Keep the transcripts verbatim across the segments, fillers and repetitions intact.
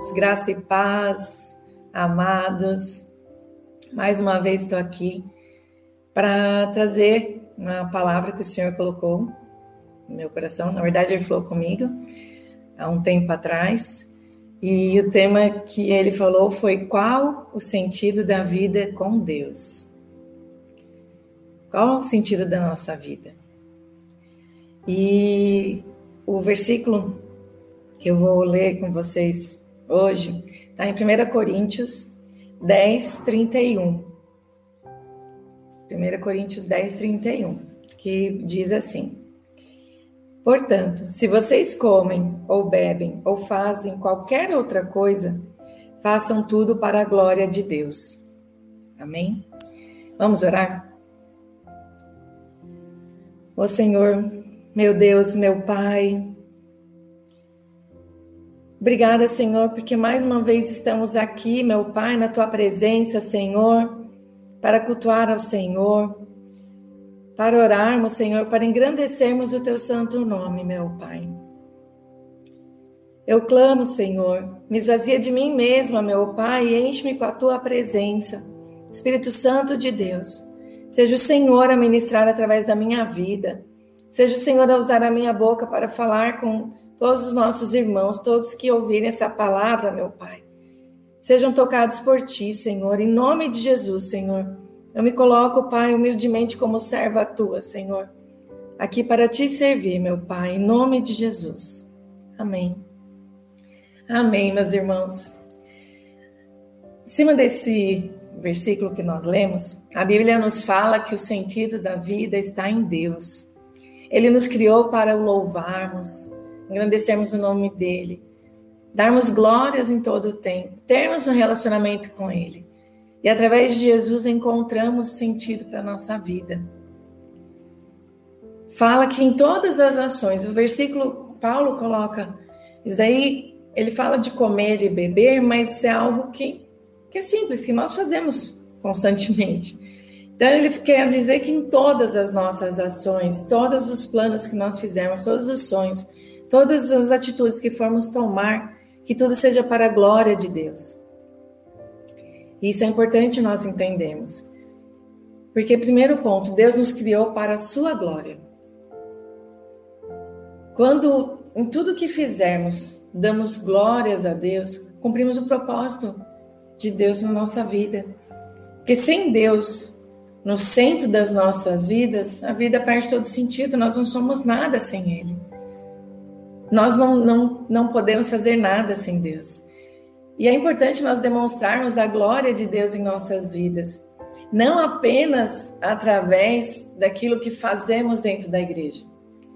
Graça e paz, amados. Mais uma vez estou aqui para trazer uma palavra que o Senhor colocou no meu coração. Na verdade, Ele falou comigo há um tempo atrás. E o tema que Ele falou foi: qual o sentido da vida com Deus? Qual o sentido da nossa vida? E o versículo que eu vou ler com vocês hoje está em primeira Coríntios dez, trinta e um. primeira Coríntios dez, trinta e um, que diz assim: portanto, se vocês comem, ou bebem, ou fazem qualquer outra coisa, façam tudo para a glória de Deus. Amém? Vamos orar? Ó Senhor, meu Deus, meu Pai, obrigada, Senhor, porque mais uma vez estamos aqui, meu Pai, na Tua presença, Senhor, para cultuar ao Senhor, para orarmos, Senhor, para engrandecermos o Teu santo nome, meu Pai. Eu clamo, Senhor, me esvazia de mim mesma, meu Pai, e enche-me com a Tua presença. Espírito Santo de Deus, seja o Senhor a ministrar através da minha vida, seja o Senhor a usar a minha boca para falar com todos os nossos irmãos, todos que ouvirem essa palavra, meu Pai, sejam tocados por Ti, Senhor, em nome de Jesus, Senhor. Eu me coloco, Pai, humildemente como serva Tua, Senhor, aqui para Te servir, meu Pai, em nome de Jesus. Amém. Amém, meus irmãos. Em cima desse versículo que nós lemos, a Bíblia nos fala que o sentido da vida está em Deus. Ele nos criou para o louvarmos, engrandecermos o nome dEle, darmos glórias em todo o tempo, termos um relacionamento com Ele. E através de Jesus encontramos sentido para a nossa vida. Fala que em todas as ações, o versículo, Paulo coloca, isso aí, ele fala de comer e beber, mas é algo que, que é simples, que nós fazemos constantemente. Então ele quer dizer que em todas as nossas ações, todos os planos que nós fizermos, todos os sonhos, todas as atitudes que formos tomar, que tudo seja para a glória de Deus. Isso é importante nós entendermos. Porque, primeiro ponto, Deus nos criou para a sua glória. Quando, em tudo que fizermos, damos glórias a Deus, cumprimos o propósito de Deus na nossa vida. Porque sem Deus no centro das nossas vidas, a vida perde todo sentido, nós não somos nada sem Ele. Nós não, não, não podemos fazer nada sem Deus. E é importante nós demonstrarmos a glória de Deus em nossas vidas, não apenas através daquilo que fazemos dentro da igreja.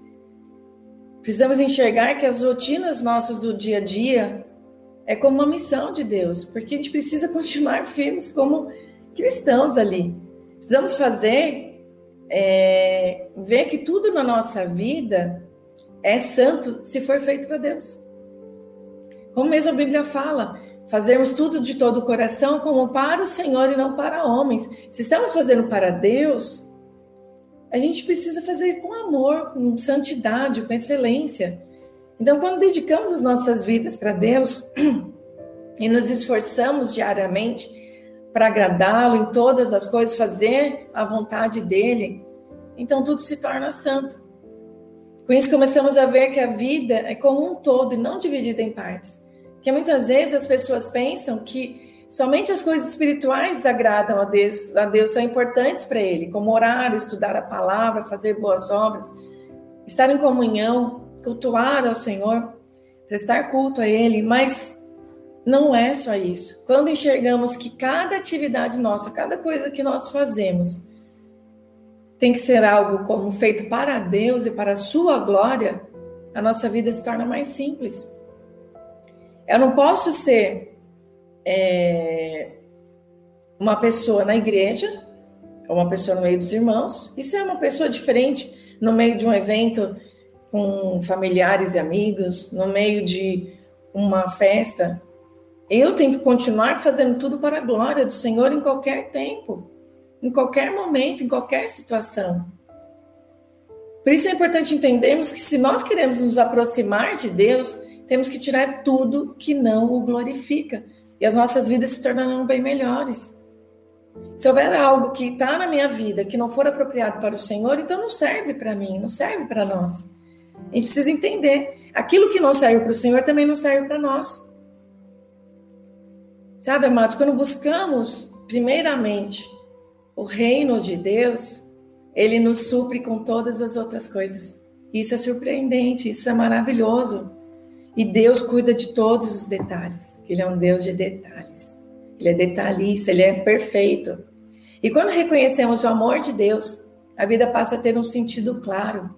Precisamos enxergar que as rotinas nossas do dia a dia é como uma missão de Deus, porque a gente precisa continuar firmes como cristãos ali. Precisamos fazer, é, ver que tudo na nossa vida é santo se for feito para Deus. Como mesmo a Bíblia fala, fazermos tudo de todo o coração como para o Senhor e não para homens. Se estamos fazendo para Deus, a gente precisa fazer com amor, com santidade, com excelência. Então, quando dedicamos as nossas vidas para Deus e nos esforçamos diariamente para agradá-lo em todas as coisas, fazer a vontade dele, então tudo se torna santo. Com isso começamos a ver que a vida é como um todo e não dividida em partes. Porque muitas vezes as pessoas pensam que somente as coisas espirituais agradam a Deus, a Deus são importantes para Ele, como orar, estudar a palavra, fazer boas obras, estar em comunhão, cultuar ao Senhor, prestar culto a Ele, mas não é só isso. Quando enxergamos que cada atividade nossa, cada coisa que nós fazemos, tem que ser algo como feito para Deus e para a sua glória, a nossa vida se torna mais simples. Eu não posso ser é, uma pessoa na igreja, ou uma pessoa no meio dos irmãos, e ser uma pessoa diferente no meio de um evento com familiares e amigos, no meio de uma festa. Eu tenho que continuar fazendo tudo para a glória do Senhor em qualquer tempo, em qualquer momento, em qualquer situação. Por isso é importante entendermos que se nós queremos nos aproximar de Deus, temos que tirar tudo que não o glorifica. E as nossas vidas se tornarão bem melhores. Se houver algo que está na minha vida que não for apropriado para o Senhor, então não serve para mim, não serve para nós. A gente precisa entender. Aquilo que não serve para o Senhor também não serve para nós. Sabe, amados, quando buscamos, primeiramente, o reino de Deus, Ele nos supre com todas as outras coisas. Isso é surpreendente, isso é maravilhoso. E Deus cuida de todos os detalhes. Ele é um Deus de detalhes. Ele é detalhista, Ele é perfeito. E quando reconhecemos o amor de Deus, a vida passa a ter um sentido claro.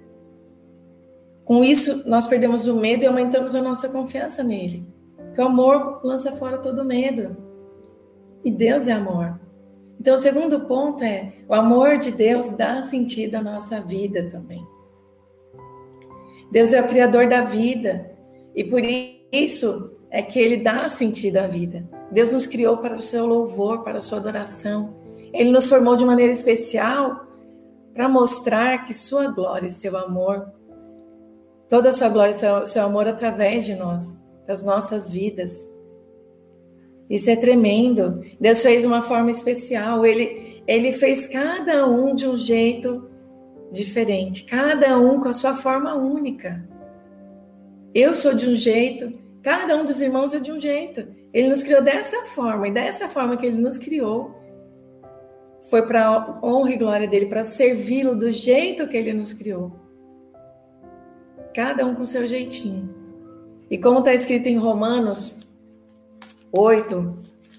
Com isso, nós perdemos o medo e aumentamos a nossa confiança nele. Porque o amor lança fora todo medo. E Deus é amor. Então, o segundo ponto é, o amor de Deus dá sentido à nossa vida também. Deus é o Criador da vida. E por isso é que Ele dá sentido à vida. Deus nos criou para o seu louvor, para a sua adoração. Ele nos formou de maneira especial para mostrar que sua glória e seu amor, toda a sua glória e seu, seu amor através de nós, das nossas vidas. Isso é tremendo. Deus fez de uma forma especial. Ele, ele fez cada um de um jeito diferente. Cada um com a sua forma única. Eu sou de um jeito, cada um dos irmãos é de um jeito. Ele nos criou dessa forma. E dessa forma que Ele nos criou, foi para a honra e glória dEle, para servi-lo do jeito que Ele nos criou. Cada um com seu jeitinho. E como está escrito em Romanos oito,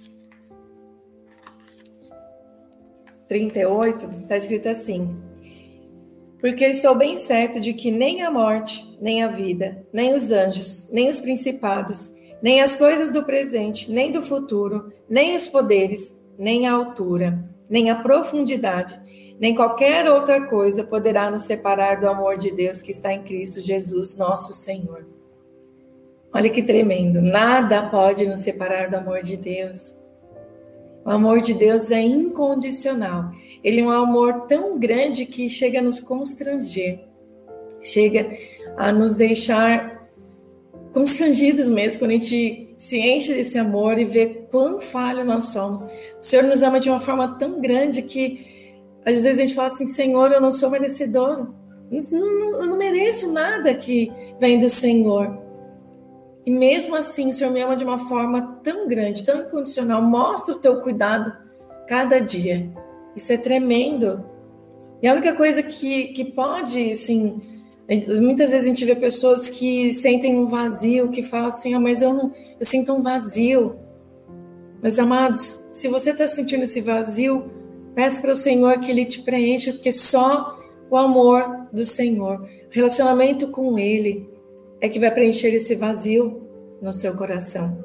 trinta e oito, está escrito assim: porque estou bem certo de que nem a morte, nem a vida, nem os anjos, nem os principados, nem as coisas do presente, nem do futuro, nem os poderes, nem a altura, nem a profundidade, nem qualquer outra coisa poderá nos separar do amor de Deus que está em Cristo Jesus, nosso Senhor. Olha que tremendo. Nada pode nos separar do amor de Deus. O amor de Deus é incondicional. Ele é um amor tão grande que chega a nos constranger. Chega a nos deixar constrangidos mesmo, quando a gente se enche desse amor e vê quão falho nós somos. O Senhor nos ama de uma forma tão grande que, às vezes, a gente fala assim: Senhor, eu não sou merecedor. Eu não, eu não mereço nada que vem do Senhor. E mesmo assim, o Senhor me ama de uma forma tão grande, tão incondicional. Mostra o teu cuidado cada dia. Isso é tremendo. E a única coisa que, que pode, assim... Muitas vezes a gente vê pessoas que sentem um vazio, que falam assim: ah, mas eu, não, eu sinto um vazio. Meus amados, se você está sentindo esse vazio, peça para o Senhor que Ele te preencha, porque só o amor do Senhor, o relacionamento com Ele, é que vai preencher esse vazio no seu coração.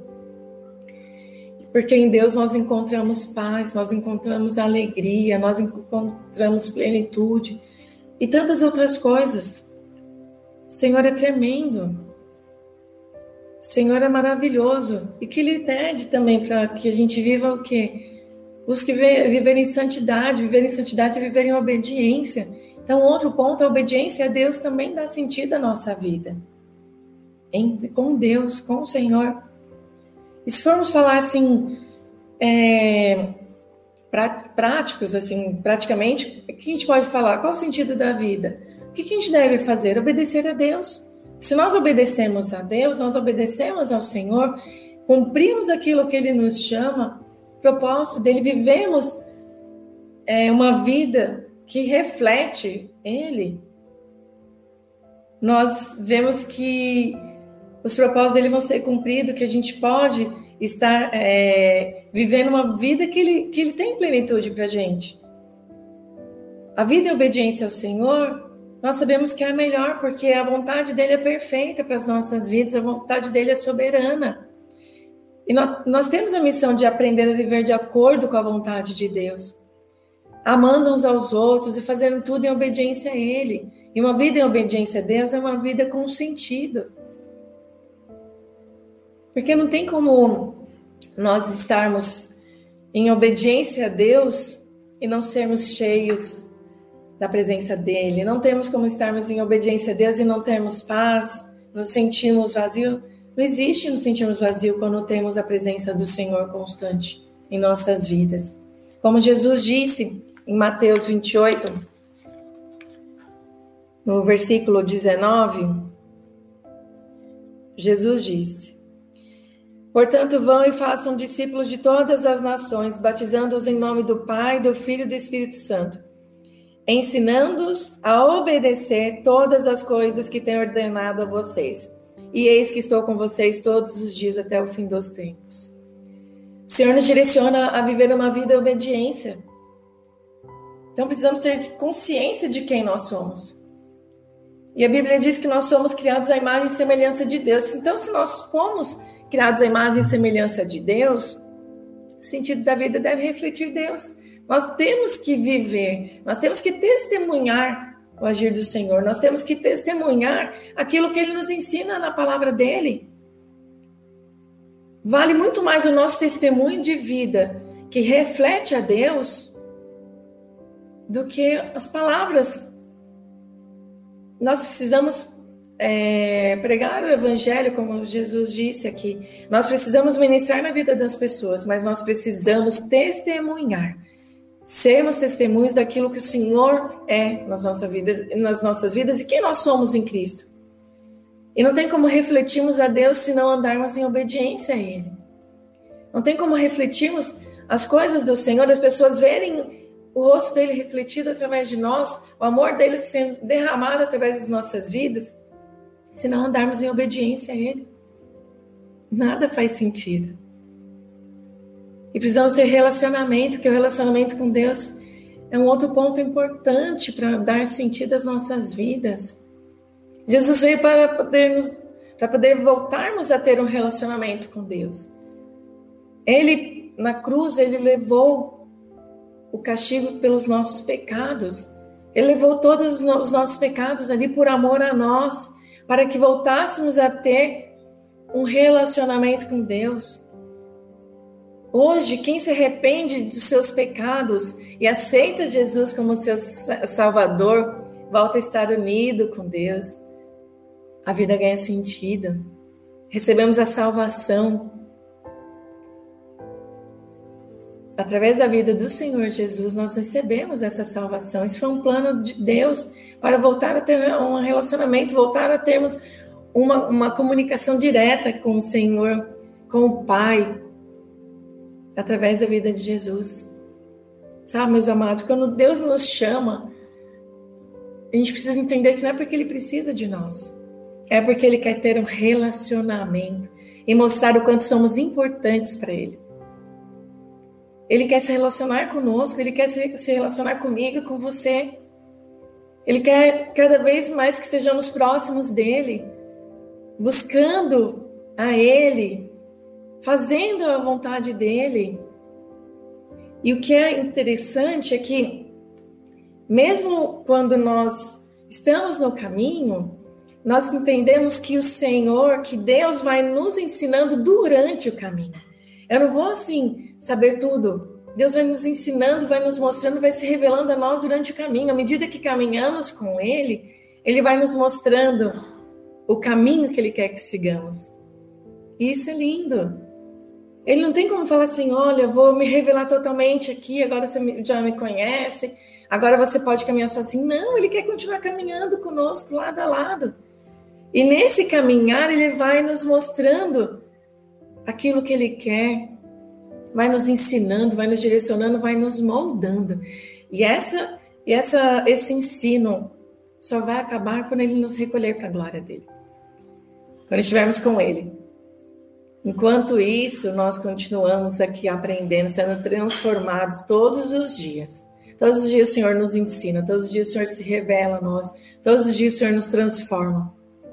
Porque em Deus nós encontramos paz, nós encontramos alegria, nós encontramos plenitude e tantas outras coisas. O Senhor é tremendo. O Senhor é maravilhoso. E que Ele pede também para que a gente viva o quê? Busque viver em santidade, viver em santidade e viver em obediência. Então, outro ponto, a obediência a Deus também dá sentido à nossa vida. Em, com Deus, com o Senhor. E se formos falar assim, é, pra, práticos, assim, praticamente, o que a gente pode falar? Qual o sentido da vida? O que a gente deve fazer? Obedecer a Deus. Se nós obedecemos a Deus, nós obedecemos ao Senhor, cumprimos aquilo que Ele nos chama, o propósito dele, vivemos é, uma vida que reflete Ele. Nós vemos que os propósitos dele vão ser cumpridos, que a gente pode estar é, vivendo uma vida que ele, que ele tem plenitude para a gente. A vida em obediência ao Senhor, nós sabemos que é a melhor, porque a vontade dele é perfeita para as nossas vidas, a vontade dele é soberana. E nós, nós temos a missão de aprender a viver de acordo com a vontade de Deus, amando uns aos outros e fazendo tudo em obediência a Ele. E uma vida em obediência a Deus é uma vida com sentido. Porque não tem como nós estarmos em obediência a Deus e não sermos cheios da presença dEle. Não temos como estarmos em obediência a Deus e não termos paz, nos sentimos vazios. Não existe nos sentirmos vazios quando temos a presença do Senhor constante em nossas vidas. Como Jesus disse em Mateus vinte e oito, no versículo dezenove, Jesus disse: portanto, vão e façam discípulos de todas as nações, batizando-os em nome do Pai, do Filho e do Espírito Santo, ensinando-os a obedecer todas as coisas que tenho ordenado a vocês. E eis que estou com vocês todos os dias até o fim dos tempos. O Senhor nos direciona a viver uma vida de obediência. Então precisamos ter consciência de quem nós somos. E a Bíblia diz que nós somos criados à imagem e semelhança de Deus. Então, se nós fomos criados à imagem e semelhança de Deus, o sentido da vida deve refletir Deus. Nós temos que viver, nós temos que testemunhar o agir do Senhor, nós temos que testemunhar aquilo que Ele nos ensina na palavra dEle. Vale muito mais o nosso testemunho de vida que reflete a Deus do que as palavras. Nós precisamos é, pregar o Evangelho, como Jesus disse aqui. Nós precisamos ministrar na vida das pessoas, mas nós precisamos testemunhar. Sermos testemunhos daquilo que o Senhor é nas nossas vidas, nas nossas vidas e quem nós somos em Cristo. E não tem como refletirmos a Deus se não andarmos em obediência a Ele. Não tem como refletirmos as coisas do Senhor, as pessoas verem o rosto dele refletido através de nós, o amor dele sendo derramado através das nossas vidas, se não andarmos em obediência a Ele. Nada faz sentido. E precisamos ter relacionamento, que o relacionamento com Deus é um outro ponto importante para dar sentido às nossas vidas. Jesus veio para podermos, para poder voltarmos a ter um relacionamento com Deus. Ele, na cruz, ele levou o castigo pelos nossos pecados. Ele levou todos os nossos pecados ali por amor a nós, para que voltássemos a ter um relacionamento com Deus. Hoje, quem se arrepende dos seus pecados e aceita Jesus como seu Salvador, volta a estar unido com Deus. A vida ganha sentido. Recebemos a salvação. Através da vida do Senhor Jesus, nós recebemos essa salvação. Isso foi um plano de Deus para voltar a ter um relacionamento, voltar a termos uma, uma comunicação direta com o Senhor, com o Pai, através da vida de Jesus. Sabe, meus amados, quando Deus nos chama, a gente precisa entender que não é porque Ele precisa de nós, é porque Ele quer ter um relacionamento e mostrar o quanto somos importantes para Ele. Ele quer se relacionar conosco, Ele quer se relacionar comigo, com você. Ele quer cada vez mais que estejamos próximos dEle, buscando a Ele, fazendo a vontade dEle. E o que é interessante é que, mesmo quando nós estamos no caminho, nós entendemos que o Senhor, que Deus vai nos ensinando durante o caminho. Eu não vou, assim, saber tudo. Deus vai nos ensinando, vai nos mostrando, vai se revelando a nós durante o caminho. À medida que caminhamos com Ele, Ele vai nos mostrando o caminho que Ele quer que sigamos. E isso é lindo. Ele não tem como falar assim, olha, eu vou me revelar totalmente aqui, agora você já me conhece, agora você pode caminhar sozinho. Não, Ele quer continuar caminhando conosco, lado a lado. E nesse caminhar, Ele vai nos mostrando aquilo que Ele quer, vai nos ensinando, vai nos direcionando, vai nos moldando. E, essa, e essa, esse ensino só vai acabar quando Ele nos recolher para a glória dEle. Quando estivermos com Ele. Enquanto isso, nós continuamos aqui aprendendo, sendo transformados todos os dias. Todos os dias o Senhor nos ensina, todos os dias o Senhor se revela a nós, todos os dias o Senhor nos transforma.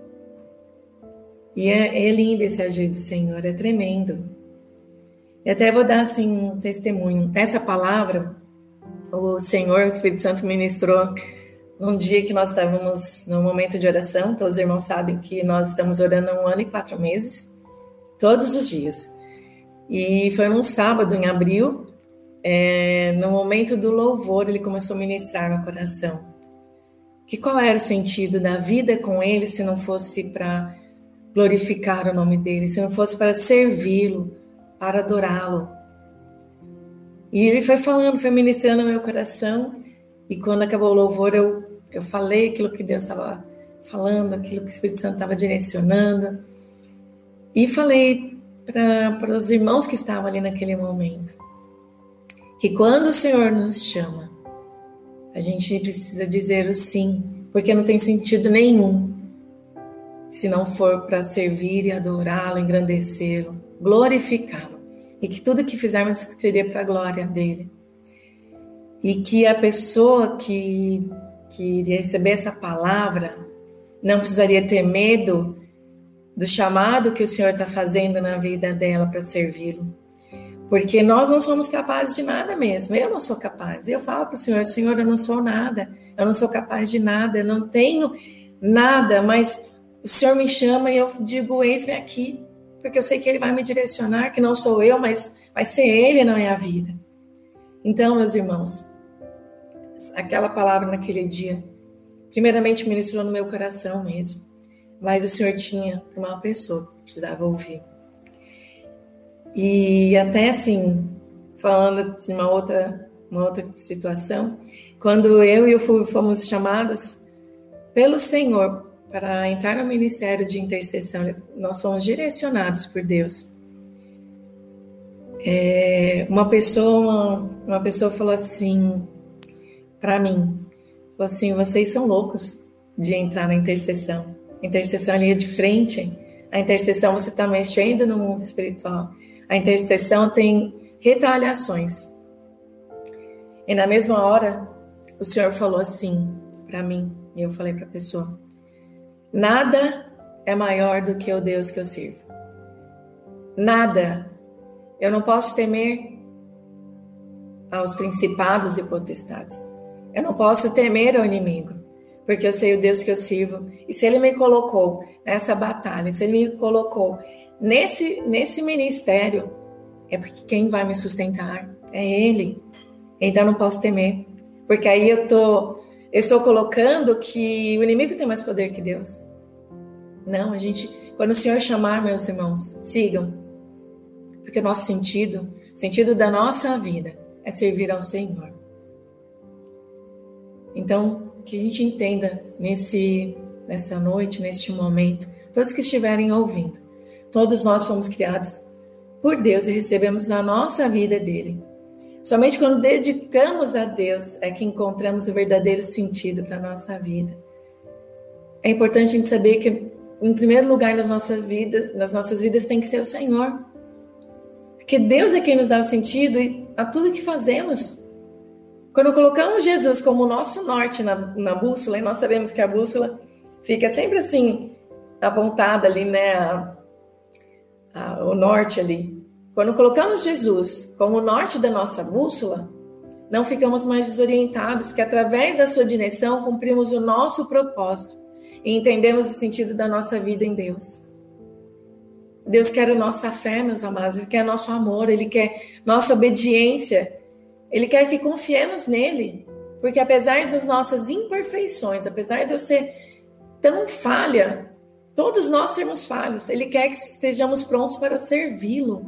E é, é lindo esse agir do Senhor, é tremendo. E até vou dar assim um testemunho. Essa palavra, o Senhor, o Espírito Santo ministrou num dia que nós estávamos no momento de oração. Todos os irmãos sabem que nós estamos orando há um ano e quatro meses. Todos os dias. E foi num sábado, em abril, é, no momento do louvor, ele começou a ministrar no coração. Que qual era o sentido da vida com ele se não fosse para glorificar o nome dele, se não fosse para servi-lo, para adorá-lo. E ele foi falando, foi ministrando no meu coração, e quando acabou o louvor, eu, eu falei aquilo que Deus estava falando, aquilo que o Espírito Santo estava direcionando, e falei para os irmãos que estavam ali naquele momento, que quando o Senhor nos chama, a gente precisa dizer o sim, porque não tem sentido nenhum se não for para servir e adorá-lo, engrandecê-lo, glorificá-lo. E que tudo que fizermos seria para a glória dele. E que a pessoa que, que iria receber essa palavra não precisaria ter medo do chamado que o Senhor está fazendo na vida dela para servi-lo. Porque nós não somos capazes de nada mesmo. Eu não sou capaz. Eu falo para o Senhor, Senhor, eu não sou nada. Eu não sou capaz de nada. Eu não tenho nada, mas o Senhor me chama e eu digo, eis-me aqui. Porque eu sei que Ele vai me direcionar, que não sou eu, mas vai ser Ele na minha vida. Então, meus irmãos, aquela palavra naquele dia, primeiramente ministrou no meu coração mesmo. Mas o Senhor tinha uma pessoa que precisava ouvir. E até assim, falando de uma outra, uma outra situação, quando eu e o Fulvio fomos chamados pelo Senhor para entrar no ministério de intercessão, nós fomos direcionados por Deus. É, uma pessoa, uma pessoa falou assim para mim, falou assim, vocês são loucos de entrar na intercessão. A intercessão é a linha de frente, a intercessão você está mexendo no mundo espiritual. A intercessão tem retaliações. E na mesma hora, o Senhor falou assim para mim, e eu falei para a pessoa, nada é maior do que o Deus que eu sirvo. Nada. Eu não posso temer aos principados e potestades. Eu não posso temer ao inimigo, porque eu sei o Deus que eu sirvo. E se Ele me colocou nessa batalha, se Ele me colocou nesse, nesse ministério, é porque quem vai me sustentar é Ele. Então eu não posso temer, porque aí eu, tô, eu estou colocando que o inimigo tem mais poder que Deus. Não, a gente, quando o Senhor chamar, meus irmãos, sigam. Porque o nosso sentido, o sentido da nossa vida é servir ao Senhor. Então, que a gente entenda nesse, nessa noite, neste momento, todos que estiverem ouvindo, todos nós fomos criados por Deus e recebemos a nossa vida dele. Somente quando dedicamos a Deus é que encontramos o verdadeiro sentido para a nossa vida. É importante a gente saber que, em primeiro lugar, nas nossas vidas, nas nossas vidas tem que ser o Senhor. Porque Deus é quem nos dá o sentido a tudo que fazemos. Quando colocamos Jesus como o nosso norte na, na bússola, e nós sabemos que a bússola fica sempre assim, apontada ali, né? A, a, o norte ali. Quando colocamos Jesus como o norte da nossa bússola, não ficamos mais desorientados, que através da sua direção cumprimos o nosso propósito e entendemos o sentido da nossa vida em Deus. Deus quer a nossa fé, meus amados, Ele quer nosso amor, Ele quer nossa obediência, Ele quer que confiemos nele, porque apesar das nossas imperfeições, apesar de eu ser tão falha, todos nós sermos falhos, Ele quer que estejamos prontos para servi-lo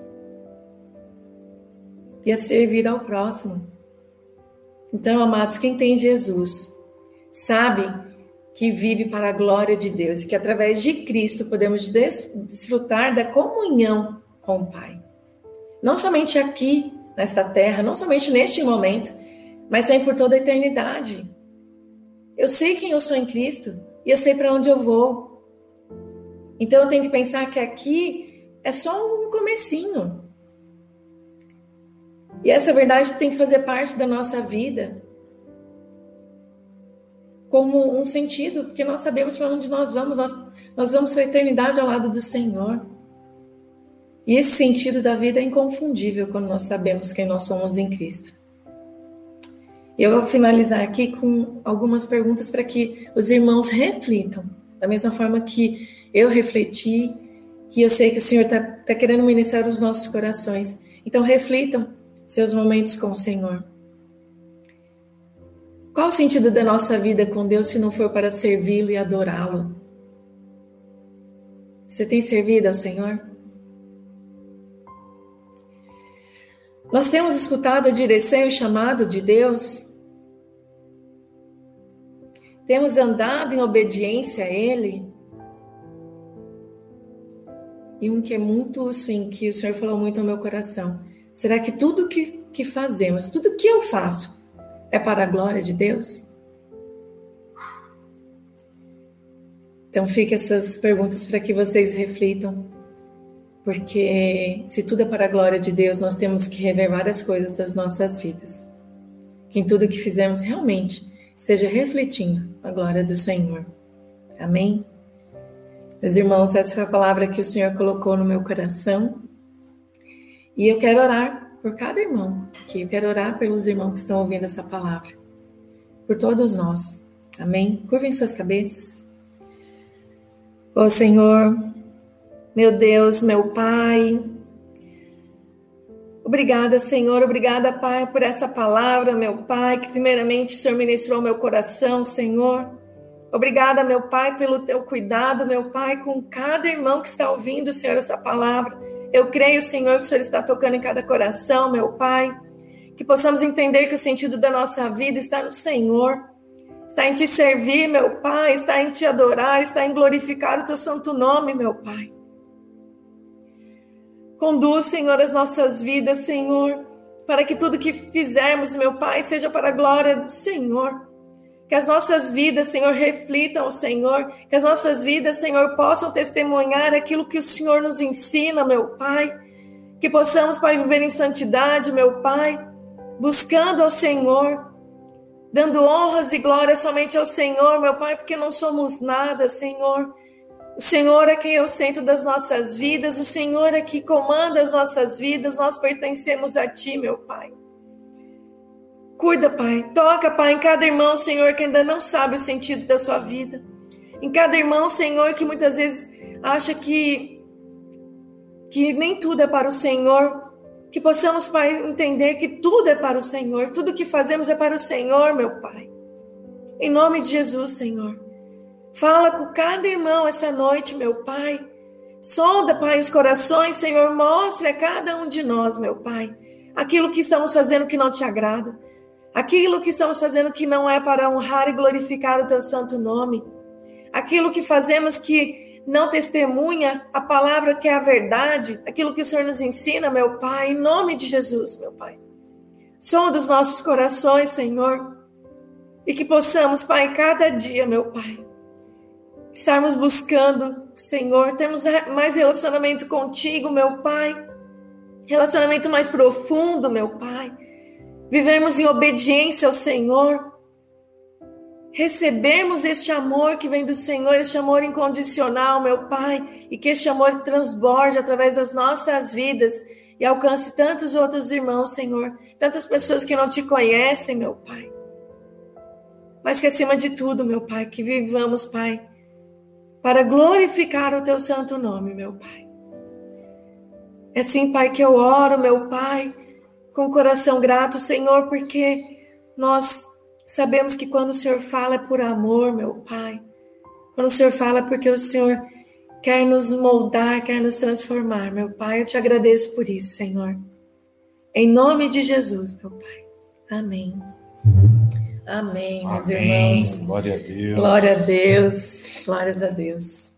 e a servir ao próximo. Então, amados, quem tem Jesus sabe que vive para a glória de Deus e que através de Cristo podemos desfrutar da comunhão com o Pai. Não somente aqui, nesta terra, não somente neste momento, mas também por toda a eternidade. Eu sei quem eu sou em Cristo e eu sei para onde eu vou. Então eu tenho que pensar que aqui é só um comecinho. E essa verdade tem que fazer parte da nossa vida como um sentido, porque nós sabemos para onde nós vamos, nós, nós vamos para a eternidade ao lado do Senhor. E esse sentido da vida é inconfundível quando nós sabemos quem nós somos em Cristo. E eu vou finalizar aqui com algumas perguntas para que os irmãos reflitam, da mesma forma que eu refleti, que eu sei que o Senhor está tá querendo ministrar os nossos corações. Então reflitam seus momentos com o Senhor. Qual o sentido da nossa vida com Deus se não for para servi-lo e adorá-lo? Você tem servido ao Senhor? Nós temos escutado a direção e o chamado de Deus? Temos andado em obediência a Ele? E um que é muito, sim, que o Senhor falou muito ao meu coração. Será que tudo que, que fazemos, tudo que eu faço, é para a glória de Deus? Então, fiquem essas perguntas para que vocês reflitam. Porque se tudo é para a glória de Deus, nós temos que rever várias coisas das nossas vidas. Que em tudo que fizermos realmente esteja refletindo a glória do Senhor. Amém? Meus irmãos, essa foi a palavra que o Senhor colocou no meu coração. E eu quero orar por cada irmão aqui. Eu quero orar pelos irmãos que estão ouvindo essa palavra. Por todos nós. Amém? Curvem suas cabeças. Ó Senhor, meu Deus, meu Pai. Obrigada, Senhor. Obrigada, Pai, por essa palavra, meu Pai, que primeiramente o Senhor ministrou ao meu coração, Senhor. Obrigada, meu Pai, pelo teu cuidado, meu Pai, com cada irmão que está ouvindo, Senhor, essa palavra. Eu creio, Senhor, que o Senhor está tocando em cada coração, meu Pai. Que possamos entender que o sentido da nossa vida está no Senhor. Está em te servir, meu Pai. Está em te adorar. Está em glorificar o teu santo nome, meu Pai. Conduz, Senhor, as nossas vidas, Senhor, para que tudo que fizermos, meu Pai, seja para a glória do Senhor. Que as nossas vidas, Senhor, reflitam o Senhor. Que as nossas vidas, Senhor, possam testemunhar aquilo que o Senhor nos ensina, meu Pai. Que possamos, Pai, viver em santidade, meu Pai, buscando ao Senhor, dando honras e glórias somente ao Senhor, meu Pai, porque não somos nada, Senhor. O Senhor é quem é o centro das nossas vidas, o Senhor é que comanda as nossas vidas, nós pertencemos a Ti, meu Pai. Cuida, Pai, toca, Pai, em cada irmão, Senhor, que ainda não sabe o sentido da sua vida. Em cada irmão, Senhor, que muitas vezes acha que, que nem tudo é para o Senhor. Que possamos, Pai, entender que tudo é para o Senhor, tudo que fazemos é para o Senhor, meu Pai. Em nome de Jesus, Senhor. Fala com cada irmão essa noite, meu Pai. Sonda, Pai, os corações, Senhor. Mostre a cada um de nós, meu Pai, aquilo que estamos fazendo que não te agrada. Aquilo que estamos fazendo que não é para honrar e glorificar o teu santo nome. Aquilo que fazemos que não testemunha a palavra que é a verdade. Aquilo que o Senhor nos ensina, meu Pai, em nome de Jesus, meu Pai. Sonda os nossos corações, Senhor. E que possamos, Pai, cada dia, meu Pai, estarmos buscando, Senhor, temos mais relacionamento contigo, meu Pai, relacionamento mais profundo, meu Pai, vivermos em obediência ao Senhor, recebermos este amor que vem do Senhor, este amor incondicional, meu Pai, e que este amor transborde através das nossas vidas e alcance tantos outros irmãos, Senhor, tantas pessoas que não te conhecem, meu Pai, mas que acima de tudo, meu Pai, que vivamos, Pai, para glorificar o teu santo nome, meu Pai. É assim, Pai, que eu oro, meu Pai, com o coração grato, Senhor, porque nós sabemos que quando o Senhor fala é por amor, meu Pai. Quando o Senhor fala é porque o Senhor quer nos moldar, quer nos transformar, meu Pai. Eu te agradeço por isso, Senhor. Em nome de Jesus, meu Pai. Amém. Amém, meus Amém. irmãos. Glória a Deus. Glória a Deus. Glórias a Deus.